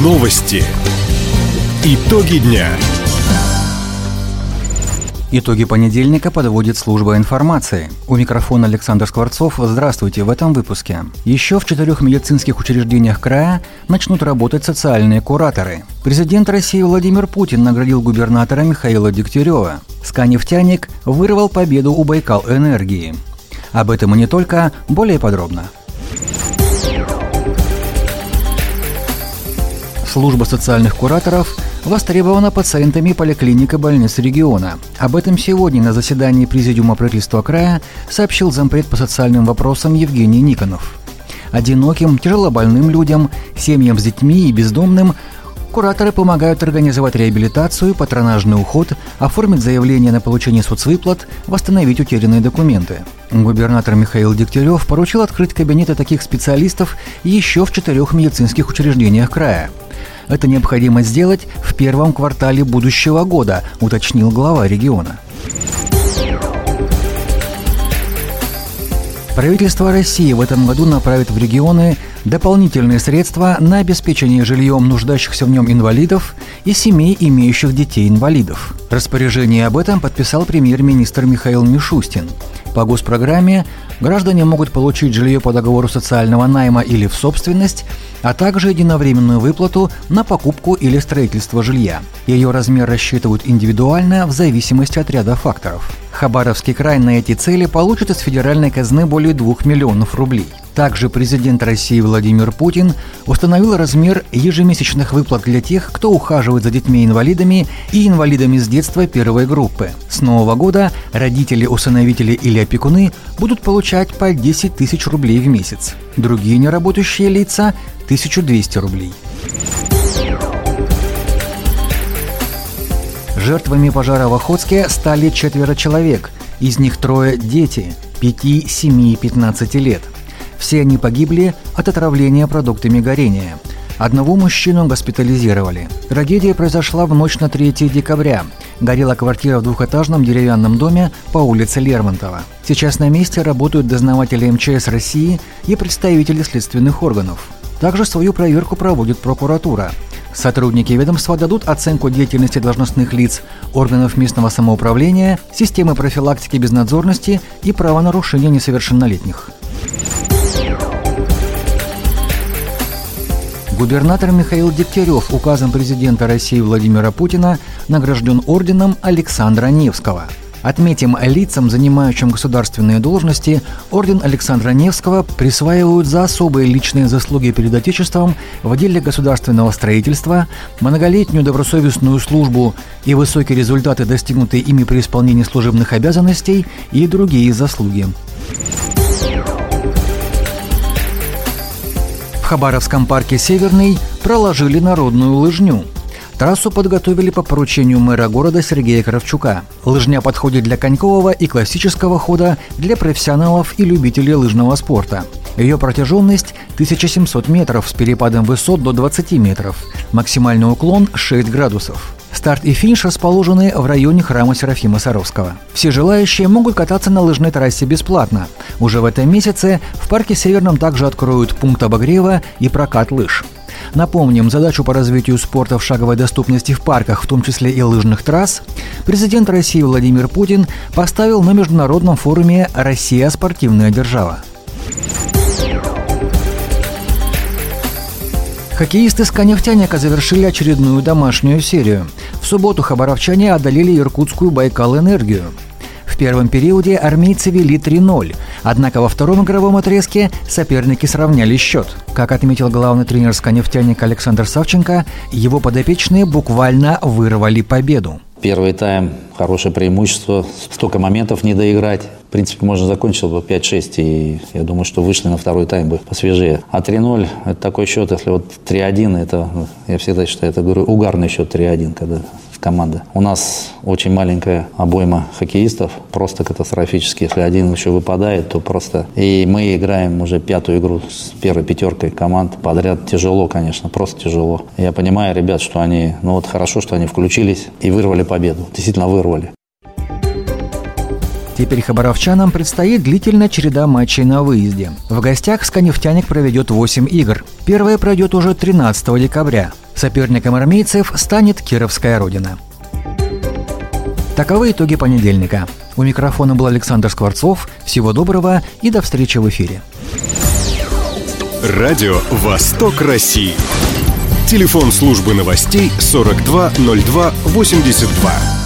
Новости. Итоги дня. Итоги понедельника подводит служба информации. У микрофона Александр Скворцов. Здравствуйте в этом выпуске. Еще в 4 медицинских учреждениях края начнут работать социальные кураторы. Президент России Владимир Путин наградил губернатора Михаила Дегтярева. «Ска-нефтяник» вырвал победу у Байкал-энергии. Об этом и не только, более подробно. Служба социальных кураторов востребована пациентами поликлиник и больниц региона. Об этом сегодня на заседании Президиума правительства края сообщил зампред по социальным вопросам Евгений Никонов. Одиноким, тяжелобольным людям, семьям с детьми и бездомным кураторы помогают организовать реабилитацию, патронажный уход, оформить заявление на получение соцвыплат, восстановить утерянные документы. Губернатор Михаил Дегтярев поручил открыть кабинеты таких специалистов еще в 4 медицинских учреждениях края. Это необходимо сделать в первом квартале будущего года, уточнил глава региона. Правительство России в этом году направит в регионы дополнительные средства на обеспечение жильем нуждающихся в нем инвалидов и семей, имеющих детей-инвалидов. Распоряжение об этом подписал премьер-министр Михаил Мишустин. По госпрограмме граждане могут получить жилье по договору социального найма или в собственность, а также единовременную выплату на покупку или строительство жилья. Ее размер рассчитывают индивидуально в зависимости от ряда факторов. Хабаровский край на эти цели получит из федеральной казны более 2 миллионов рублей. Также президент России Владимир Путин установил размер ежемесячных выплат для тех, кто ухаживает за детьми-инвалидами и инвалидами с детства первой группы. С нового года родители, усыновители или опекуны будут получать по 10 тысяч рублей в месяц. Другие неработающие лица – 1200 рублей. Жертвами пожара в Охотске стали 4 человек, из них 3 – дети – 5, 7 и 15 лет. Все они погибли от отравления продуктами горения. Одного мужчину госпитализировали. Трагедия произошла в ночь на 3 декабря. Горела квартира в двухэтажном деревянном доме по улице Лермонтова. Сейчас на месте работают дознаватели МЧС России и представители следственных органов. Также свою проверку проводит прокуратура. Сотрудники ведомства дадут оценку деятельности должностных лиц, органов местного самоуправления, системы профилактики безнадзорности и правонарушения несовершеннолетних. Губернатор Михаил Дегтярев указом президента России Владимира Путина награжден орденом Александра Невского. Отметим, лицам, занимающим государственные должности, орден Александра Невского присваивают за особые личные заслуги перед Отечеством в деле государственного строительства, многолетнюю добросовестную службу и высокие результаты, достигнутые ими при исполнении служебных обязанностей, и другие заслуги. В Хабаровском парке «Северный» проложили народную лыжню. Трассу подготовили по поручению мэра города Сергея Кравчука. Лыжня подходит для конькового и классического хода, для профессионалов и любителей лыжного спорта. Ее протяженность 1700 метров с перепадом высот до 20 метров. Максимальный уклон 6 градусов. Старт и финиш расположены в районе храма Серафима Саровского. Все желающие могут кататься на лыжной трассе бесплатно. Уже в этом месяце в парке Северном также откроют пункт обогрева и прокат лыж. Напомним, задачу по развитию спорта в шаговой доступности в парках, в том числе и лыжных трасс, президент России Владимир Путин поставил на международном форуме «Россия – спортивная держава». Хоккеисты «Ска-нефтяника» завершили очередную домашнюю серию. В субботу хабаровчане одолели иркутскую Байкал-энергию. В первом периоде армейцы вели 3-0, однако во втором игровом отрезке соперники сравняли счет. Как отметил главный тренер «Ска-нефтяника» Александр Савченко, его подопечные буквально вырвали победу. Первый тайм – хорошее преимущество, столько моментов не доиграть. В принципе, можно закончить бы 5-6, и я думаю, что вышли на второй тайм бы посвежее. А 3-0 – это такой счет, если вот 3-1, это, я всегда считаю, это, говорю, угарный счет 3-1, когда команда. У нас очень маленькая обойма хоккеистов, просто катастрофически. Если один еще выпадает, то просто... И мы играем уже 5-ю игру с первой 5 команд подряд. Тяжело, конечно, просто тяжело. Я понимаю, ребят, что они... Ну вот хорошо, что они включились и вырвали победу. Действительно вырвали. Теперь хабаровчанам предстоит длительная череда матчей на выезде. В гостях «Ска-нефтяник» проведет 8 игр. Первая пройдет уже 13 декабря. Соперником армейцев станет Кировская Родина. Таковы итоги понедельника. У микрофона был Александр Скворцов. Всего доброго и до встречи в эфире. Радио «Восток России». Телефон службы новостей 420282.